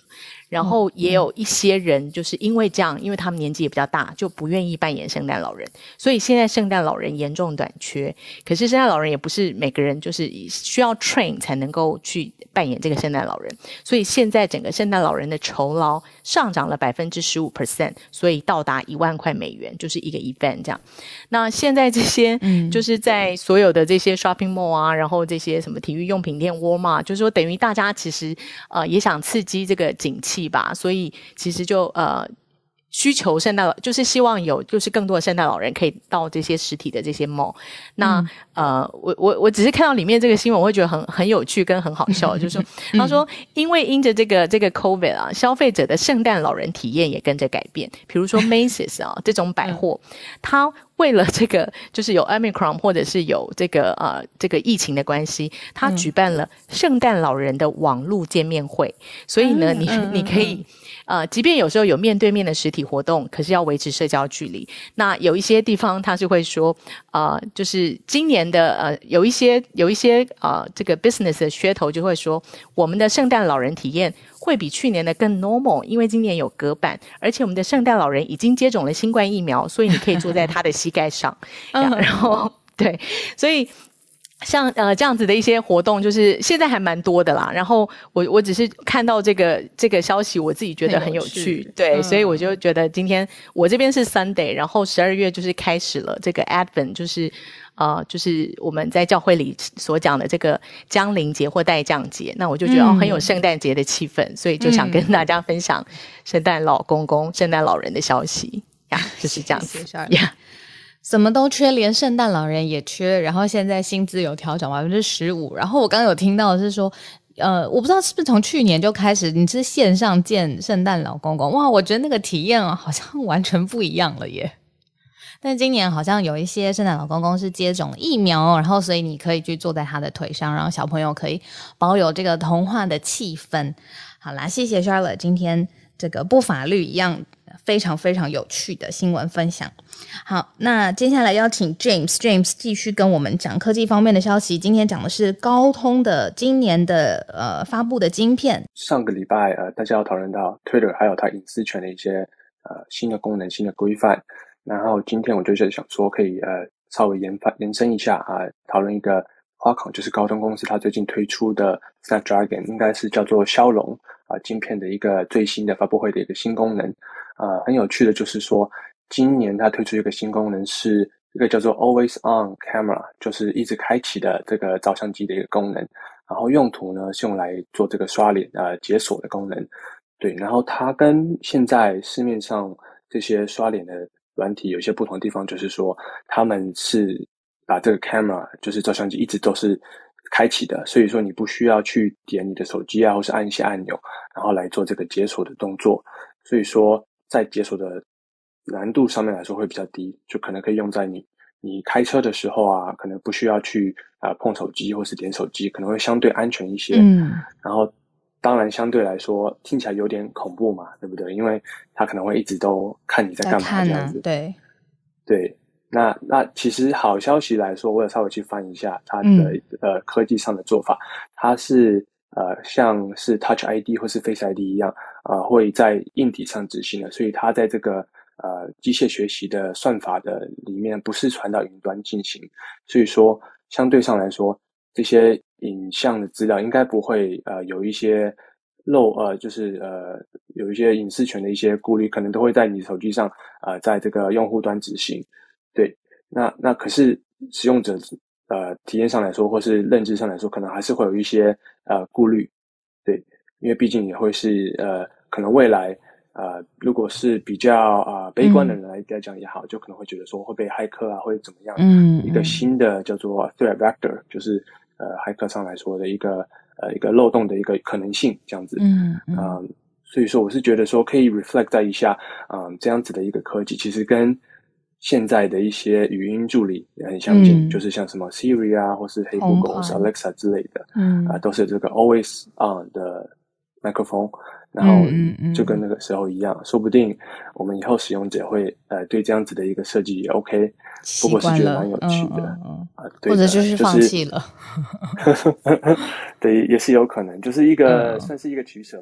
Speaker 5: 然后也有一些人就是因为这样，因为他们年纪也比较大，就不愿意扮演圣诞老人，所以现在圣诞老人严重短缺。可是圣诞老人也不是每个人就是需要 train 才能够去扮演这个圣诞老人，所以现在整个圣诞老人的酬劳上涨了 百分之十五， 所以到达一万块美元，就是一个 event 这样。那现在这些就是在所有的这些 shopping mall 啊，然后这些什么体育用品店 Walmart， 就是说等于大家其实呃也想刺激这个景气吧，所以其实就呃需求圣诞老就是希望有就是更多的圣诞老人可以到这些实体的这些 mall。 那、嗯、呃我我我只是看到里面这个新闻我会觉得很很有趣跟很好笑，就是说他说因为因着这个这个 COVID 啊，消费者的圣诞老人体验也跟着改变，比如说 Macy's 啊这种百货，它为了这个就是有 Omicron 或者是有这个呃这个疫情的关系，他举办了圣诞老人的网络见面会，所以呢你你可以呃即便有时候有面对面的实体活动，可是要维持社交距离。那有一些地方他是会说呃就是今年的呃有一些有一些呃这个 business 的噱头就会说我们的圣诞老人体验会比去年的更 normal， 因为今年有隔板，而且我们的圣诞老人已经接种了新冠疫苗，所以你可以坐在他的膝盖上然后对，所以像呃这样子的一些活动就是现在还蛮多的啦。然后我我只是看到这个这个消息我自己觉得很有趣，很有趣对、嗯、所以我就觉得今天我这边是 Sunday， 然后十二月就是开始了这个 Advent， 就是呃就是我们在教会里所讲的这个降临节或待降节，那我就觉得、嗯、哦很有圣诞节的气氛，所以就想跟大家分享圣诞老公公圣诞老人的消息呀，就是这样子呀。
Speaker 1: 什么都缺，连圣诞老人也缺，然后现在薪资有调整 百分之十五， 然后我刚刚有听到的是说呃，我不知道是不是从去年就开始你是线上见圣诞老公公，哇我觉得那个体验啊好像完全不一样了耶。但今年好像有一些圣诞老公公是接种疫苗，然后所以你可以去坐在他的腿上，然后小朋友可以保有这个童话的气氛。好啦，谢谢 Charlotte 今天这个不法律一样非常非常有趣的新闻分享。好，那接下来邀请 James James 继续跟我们讲科技方面的消息。今天讲的是高通的今年的呃发布的晶片。
Speaker 6: 上个礼拜呃大家要讨论到 Twitter 还有它隐私权的一些呃新的功能新的规范，然后今天我就是想说可以呃稍微延发延伸一下啊，讨论一个花考，就是高通公司它最近推出的 Snapdragon 应该是叫做骁龙啊晶片的一个最新的发布会的一个新功能。呃很有趣的就是说今年它推出一个新功能是一个叫做 Always On Camera， 就是一直开启的这个照相机的一个功能，然后用途呢是用来做这个刷脸呃解锁的功能。对，然后它跟现在市面上这些刷脸的软体有一些不同的地方，就是说他们是把这个 camera 就是照相机一直都是开启的，所以说你不需要去点你的手机啊或是按一些按钮然后来做这个解锁的动作，所以说在解锁的难度上面来说会比较低，就可能可以用在你你开车的时候啊，可能不需要去啊、呃、碰手机或是点手机，可能会相对安全一些。嗯，然后当然相对来说听起来有点恐怖嘛，对不对？因为他可能会一直都看你在干嘛这样子。
Speaker 1: 啊、对
Speaker 6: 对，那那其实好消息来说，我有稍微去翻一下它的、嗯、呃科技上的做法，它是呃像是 Touch I D 或是 Face I D 一样呃会在硬体上执行的，所以它在这个呃机械学习的算法的里面不是传到云端进行，所以说相对上来说这些影像的资料应该不会呃有一些漏呃就是呃有一些隐私权的一些顾虑，可能都会在你手机上呃在这个用户端执行。对，那那可是使用者呃体验上来说或是认知上来说可能还是会有一些呃顾虑。对，因为毕竟也会是呃可能未来呃如果是比较啊、呃、悲观的人来来讲也好、嗯、就可能会觉得说会被骇客啊会怎么样。嗯，一个新的叫做 threat vector， 就是呃骇客上来说的一个呃一个漏洞的一个可能性这样子。嗯嗯、呃，所以说我是觉得说可以 reflect 在一下嗯、呃、这样子的一个科技其实跟现在的一些语音助理也很相近、嗯、就是像什么 Siri 啊或是 Hey Google 或是 Alexa 之类的。嗯啊、呃、都是这个 Always On 的麦克风，然后就跟那个时候一样、嗯嗯嗯、说不定我们以后使用者会呃对这样子的一个设计也 OK， 不过是觉得蛮有趣的。嗯嗯
Speaker 1: 啊、对的，或者就是放弃了、
Speaker 6: 就是、对，也是有可能就是一个、嗯、算是一个取舍吧。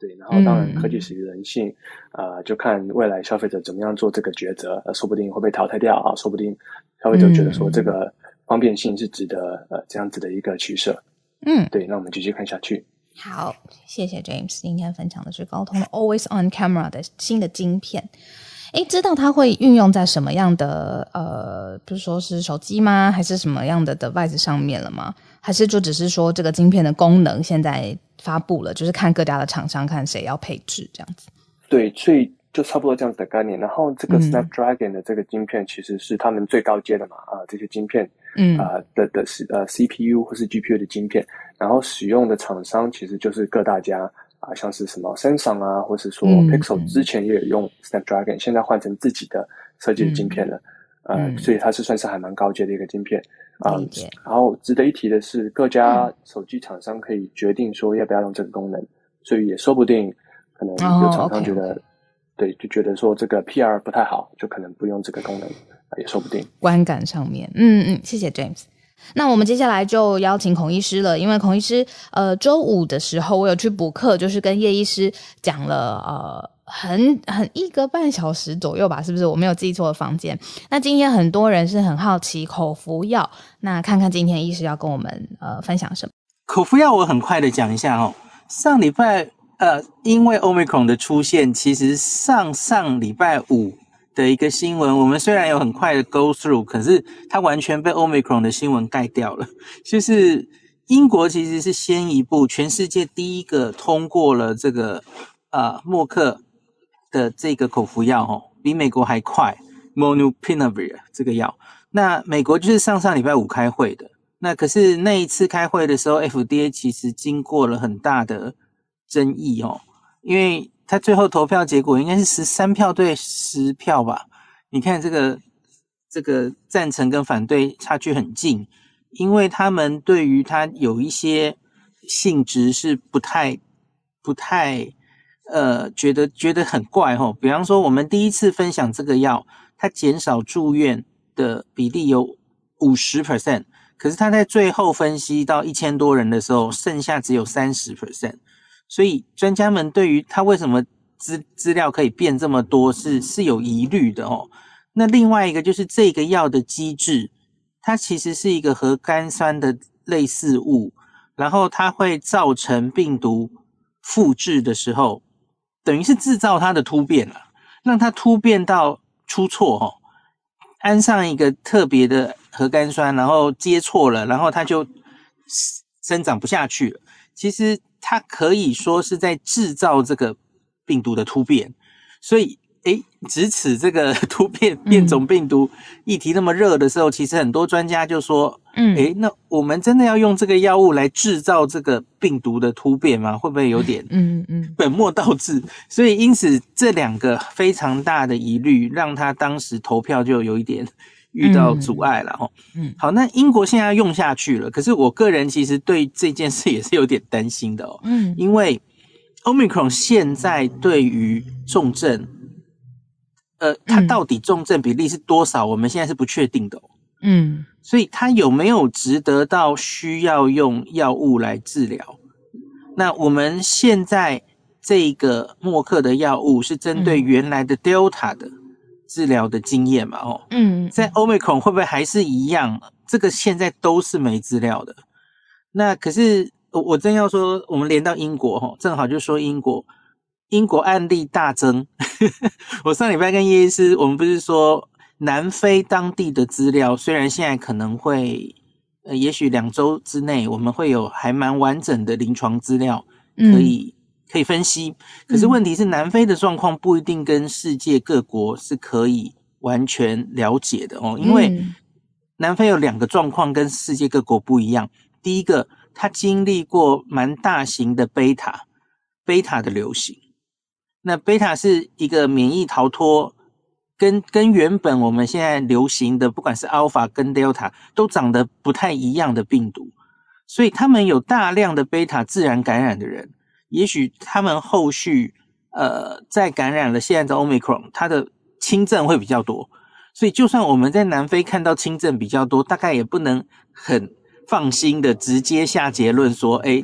Speaker 6: 对，然后当然科技始于人性，呃，就看未来消费者怎么样做这个抉择，呃，说不定会被淘汰掉啊，说不定消费者觉得说这个方便性是值得呃这样子的一个取舍。
Speaker 1: 嗯，
Speaker 6: 对，那我们继续看下去。
Speaker 1: 好，谢谢 James 今天分享的是高通的 Always On Camera 的新的晶片。诶，知道它会运用在什么样的呃，比如说是手机吗？还是什么样的 device 上面了吗？还是就只是说这个晶片的功能现在发布了，就是看各家的厂商看谁要配置这样子？
Speaker 6: 对，所以就差不多这样子的概念。然后这个 Snapdragon 的这个晶片其实是他们最高阶的嘛，啊、呃，这些晶片，嗯，啊、呃、的的是呃 C P U 或是 G P U 的晶片，然后使用的厂商其实就是各大家。啊，像是什么 Samsung 啊，或是说 Pixel 之前也有用 Snapdragon，、嗯、现在换成自己的设计的晶片了，嗯、呃，所以它是算是还蛮高阶的一个晶片啊、嗯。然后值得一提的是，各家手机厂商可以决定说要不要用这个功能，嗯、所以也说不定可能有厂商觉得，哦、okay, okay. 对，就觉得说这个 P R 不太好，就可能不用这个功能，也说不定。
Speaker 1: 观感上面，嗯嗯，谢谢 James。那我们接下来就邀请孔医师了，因为孔医师呃周五的时候我有去补课，就是跟叶医师讲了呃很很一个半小时左右吧，是不是？我没有记错的房间。那今天很多人是很好奇口服药，那看看今天医师要跟我们呃分享什么。
Speaker 7: 口服药我很快的讲一下哦，上礼拜呃因为 Omicron 的出现，其实上上礼拜五的一个新闻，我们虽然有很快的 go through， 可是它完全被 Omicron 的新闻盖掉了。就是英国其实是先一步，全世界第一个通过了这个呃默克的这个口服药哦，比美国还快 Molnupiravir 这个药。那美国就是上上礼拜五开会的，那可是那一次开会的时候 F D A 其实经过了很大的争议哦，因为他最后投票结果应该是十三票对十票吧？你看这个这个赞成跟反对差距很近，因为他们对于它有一些性质是不太不太呃觉得觉得很怪齁。比方说我们第一次分享这个药，它减少住院的比例有 百分之五十， 可是它在最后分析到一千多人的时候，剩下只有 百分之三十。所以专家们对于它为什么资资料可以变这么多是是有疑虑的哦。那另外一个就是这个药的机制，它其实是一个核苷酸的类似物，然后它会造成病毒复制的时候，等于是制造它的突变了，让它突变到出错哦，安上一个特别的核苷酸，然后接错了，然后它就生长不下去了。其实它可以说是在制造这个病毒的突变，所以诶，直指这个突变变种病毒议题那么热的时候，嗯、其实很多专家就说，嗯，诶，那我们真的要用这个药物来制造这个病毒的突变吗？会不会有点嗯嗯本末倒置？嗯嗯、所以因此这两个非常大的疑虑，让他当时投票就有一点遇到阻碍了齁。嗯，好，那英国现在用下去了，可是我个人其实对这件事也是有点担心的哦。嗯，因为 Omicron 现在对于重症，呃，它到底重症比例是多少，我们现在是不确定的哦。嗯，所以它有没有值得到需要用药物来治疗？那我们现在这个默克的药物是针对原来的 Delta 的治疗的经验嘛？哦，嗯，在 Omicron 会不会还是一样？这个现在都是没资料的。那可是我我正要说，我们连到英国齁，正好就说英国，英国案例大增。我上礼拜跟叶医师，我们不是说南非当地的资料，虽然现在可能会，呃，也许两周之内我们会有还蛮完整的临床资料可以、嗯、可以分析，可是问题是南非的状况不一定跟世界各国是可以完全了解的哦，因为南非有两个状况跟世界各国不一样。第一个，它经历过蛮大型的贝塔贝塔的流行，那贝塔是一个免疫逃脱，跟跟原本我们现在流行的不管是 Alpha 跟 Delta 都长得不太一样的病毒，所以他们有大量的贝塔自然感染的人，也许他们后续呃再感染了现在的 Omicron， 它的轻症会比较多，所以就算我们在南非看到轻症比较多，大概也不能很放心的直接下结论说，诶，那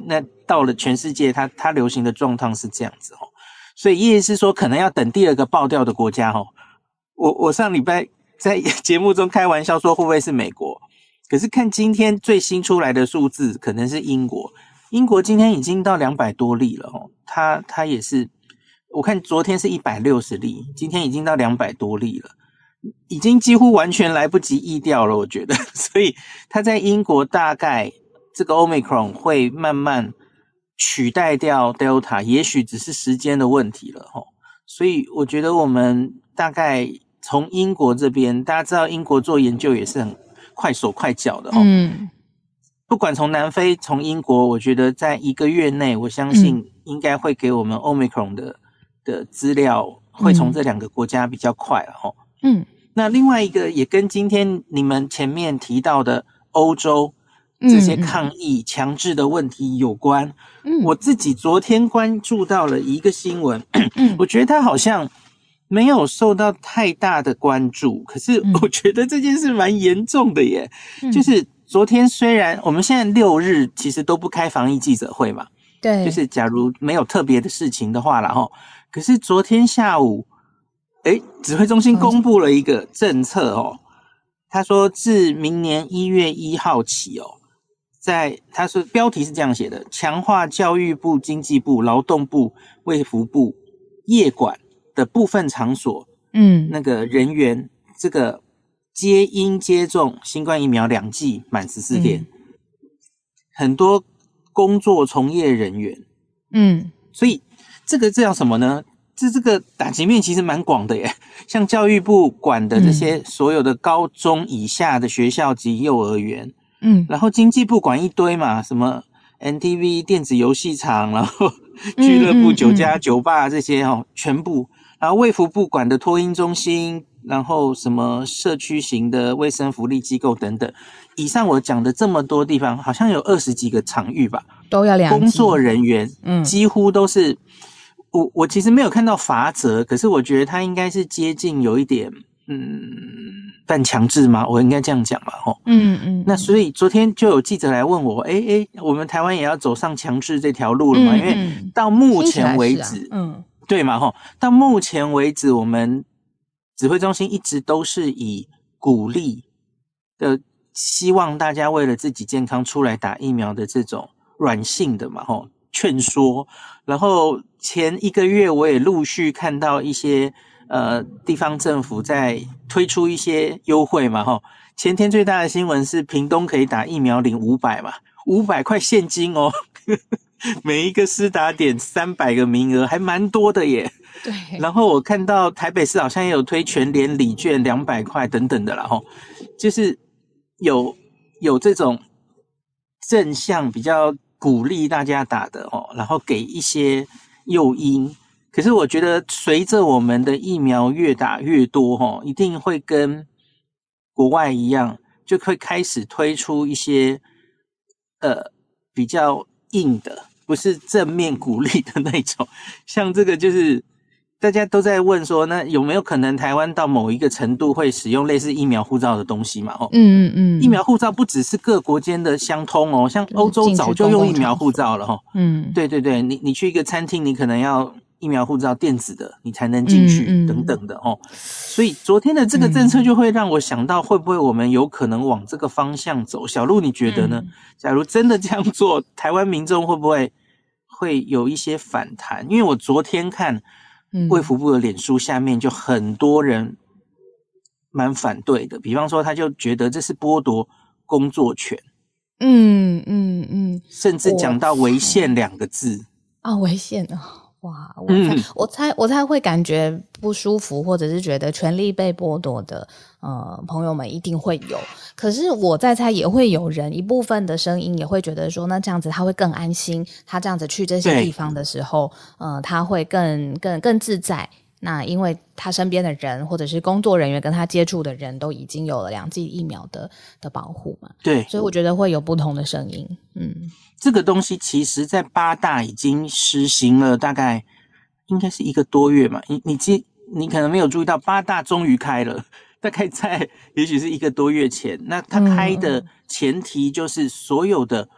Speaker 7: 到了全世界它它流行的状况是这样子哦，所以意思是说可能要等第二个爆掉的国家哦。我我上礼拜在节目中开玩笑说会不会是美国，可是看今天最新出来的数字可能是英国，英国今天已经到两百多例了哦，它它也是，我看昨天是一百六十例，今天已经到两百多例了，已经几乎完全来不及疫掉了我觉得，所以它在英国大概这个 Omicron 会慢慢取代掉 Delta， 也许只是时间的问题了哦，所以我觉得我们大概从英国这边，大家知道英国做研究也是很快手快脚的哦。嗯，不管从南非从英国，我觉得在一个月内，我相信应该会给我们 Omicron 的的资料，会从这两个国家比较快了哦。嗯，那另外一个也跟今天你们前面提到的欧洲这些抗议强制的问题有关。嗯，我自己昨天关注到了一个新闻，嗯，我觉得它好像没有受到太大的关注，可是我觉得这件事蛮严重的耶。嗯，就是昨天虽然我们现在六日其实都不开防疫记者会嘛，对，就是假如没有特别的事情的话啦齁，可是昨天下午诶指挥中心公布了一个政策哦，他说自明年一月一号起哦，在他说标题是这样写的，强化教育部、经济部、劳动部、卫福部业管的部分场所，嗯，那个人员这个皆应接种新冠疫苗两剂满十四天，嗯，很多工作从业人员，嗯，所以这个这叫什么呢？这这个打击面其实蛮广的耶，像教育部管的这些所有的高中以下的学校及幼儿园，嗯，然后经济部管一堆嘛，什么 N T V 电子游戏场，然后俱乐部、酒家、酒吧这些哦，全部。然后卫福部管的托婴中心，然后什么社区型的卫生福利机构等等。以上我讲的这么多地方，好像有二十几个场域吧，都要两剂。工作人员，嗯，几乎都是我我其实没有看到罚则，可是我觉得它应该是接近有一点，嗯，半强制吗？我应该这样讲嘛，吼，嗯嗯。那所以昨天就有记者来问我，诶诶，我们台湾也要走上强制这条路了吗？嗯嗯，因为到目前为止，啊，嗯。对嘛齁，到目前为止我们指挥中心一直都是以鼓励的，希望大家为了自己健康出来打疫苗的这种软性的嘛齁，劝说。然后前一个月我也陆续看到一些呃地方政府在推出一些优惠嘛齁，前天最大的新闻是屏东可以打疫苗领五百嘛，五百块现金哦。每一个施打点三百个名额，还蛮多的耶。对。然后我看到台北市好像也有推全联礼券两百块等等的啦齁，就是有有这种正向比较鼓励大家打的齁，然后给一些诱因。可是我觉得随着我们的疫苗越打越多齁，一定会跟国外一样，就会开始推出一些呃比较硬的，不是正面鼓励的那种。像这个就是大家都在问说，那有没有可能台湾到某一个程度会使用类似疫苗护照的东西嘛？哦，嗯嗯嗯，疫苗护照不只是各国间的相通哦，像欧洲早就用疫苗护照了齁。嗯，对对对，你你去一个餐厅，你可能要疫苗护照电子的，你才能进去，嗯嗯，等等的哦。所以昨天的这个政策就会让我想到，会不会我们有可能往这个方向走？小鹿你觉得呢？嗯，假如真的这样做，台湾民众会不会会有一些反弹？因为我昨天看卫福部的脸书下面就很多人蛮反对的，比方说他就觉得这是剥夺工作权，嗯嗯嗯，甚至讲到违宪两个字
Speaker 1: 啊，违宪啊。哇，我猜、嗯、我猜我猜会感觉不舒服，或者是觉得权利被剥夺的呃朋友们一定会有。可是我在猜也会有人一部分的声音也会觉得说，那这样子他会更安心，他这样子去这些地方的时候，呃，他会更更更自在。那因为他身边的人或者是工作人员跟他接触的人都已经有了两剂疫苗的的保护嘛，对，所以我觉得会有不同的声音。嗯，
Speaker 7: 这个东西其实在八大已经实行了大概应该是一个多月嘛，你你记你可能没有注意到，八大终于开了，大概在也许是一个多月前。那他开的前提就是所有的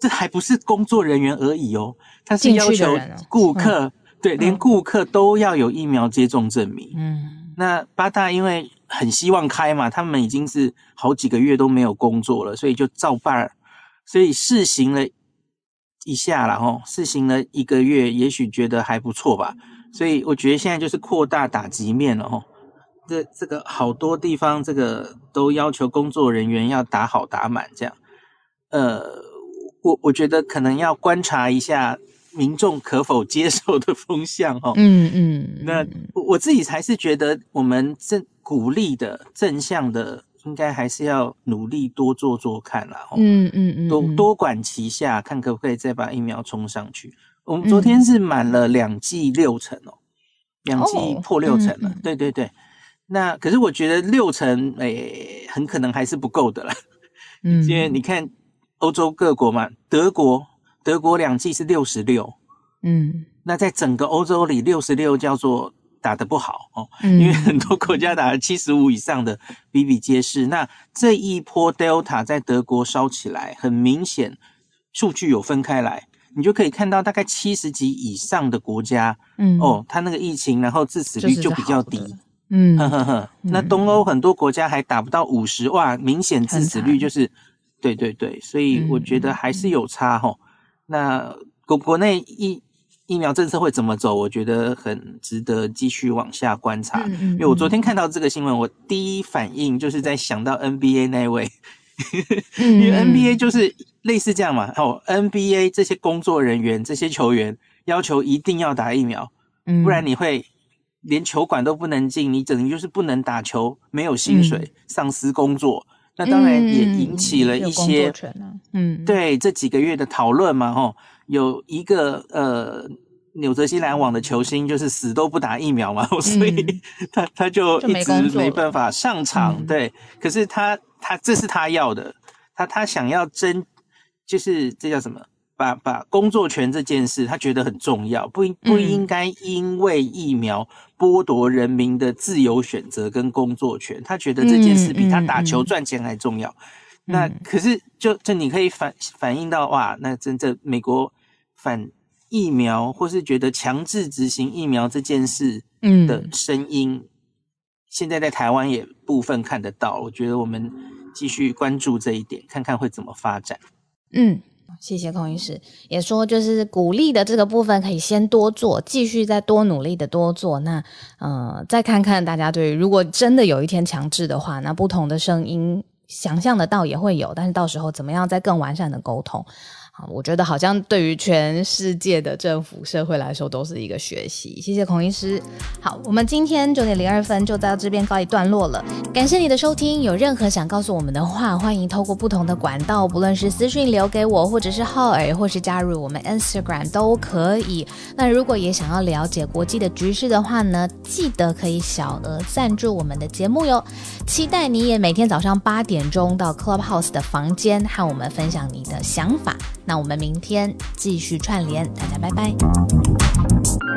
Speaker 7: 这还不是工作人员而已哦，他是要求顾客、哦、对、嗯、连顾客都要有疫苗接种证明。嗯，那八大因为很希望开嘛，他们已经是好几个月都没有工作了，所以就照办，所以试行了一下啦齁，试行了一个月，也许觉得还不错吧，所以我觉得现在就是扩大打击面了齁。这这个好多地方这个都要求工作人员要打好打满这样，呃，我我觉得可能要观察一下民众可否接受的风向齁。嗯嗯，那我自己还是觉得我们正鼓励的正向的，应该还是要努力多做做看啦齁。嗯嗯嗯，多多管齐下，看可不可以再把疫苗冲上去。我们昨天是满了两剂六成哦，两剂破六成了，哦嗯嗯、对对对。那可是我觉得六成诶、欸，很可能还是不够的啦。嗯，因为你看欧洲各国嘛，德国德国两剂是六十六，嗯，那在整个欧洲里六十六叫做打得不好哦，嗯、因为很多国家打了七十五以上的比比皆是。那这一波 Delta 在德国烧起来，很明显数据有分开来，你就可以看到大概七十几以上的国家，嗯，哦，它那个疫情然后致死率就比较低。嗯，呵呵呵，那东欧很多国家还达不到五十，哇，明显致死率就是，对对对，所以我觉得还是有差齁。嗯、那国国内疫疫苗政策会怎么走？我觉得很值得继续往下观察。嗯嗯嗯，因为我昨天看到这个新闻，我第一反应就是在想到 N B A 那位，因为 N B A 就是类似这样嘛。哦 ，N B A 这些工作人员、这些球员要求一定要打疫苗，嗯、不然你会。连球馆都不能进，你等于就是不能打球，没有薪水，嗯、丧失工作。那当然也引起了一些，嗯，啊、嗯对这几个月的讨论嘛，齁，有一个呃纽泽西篮网的球星就是死都不打疫苗嘛，嗯、所以他他就一直没办法上场。嗯、对，可是他他这是他要的，他他想要争，就是这叫什么？把把工作权这件事他觉得很重要，不不应该因为疫苗剥夺人民的自由选择跟工作权，他觉得这件事比他打球赚钱还重要。嗯嗯嗯、那可是就就你可以反反映到哇，那真正美国反疫苗或是觉得强制执行疫苗这件事的声音，嗯、现在在台湾也部分看得到，我觉得我们继续关注这一点，看看会怎么发展。
Speaker 1: 嗯。谢谢孔医师，也说就是鼓励的这个部分可以先多做，继续再多努力的多做。那呃，再看看大家对于如果真的有一天强制的话，那不同的声音想象得到也会有，但是到时候怎么样再更完善的沟通，好，我觉得好像对于全世界的政府社会来说都是一个学习。谢谢孔医师。好，我们今天九点零二分就到这边告一段落了，感谢你的收听。有任何想告诉我们的话，欢迎透过不同的管道，不论是私讯留给我，或者是浩尔，或是加入我们 Instagram 都可以。那如果也想要了解国际的局势的话呢，记得可以小额赞助我们的节目哟。期待你也每天早上八点钟到 Clubhouse 的房间和我们分享你的想法。那我们明天继续串联，大家拜拜。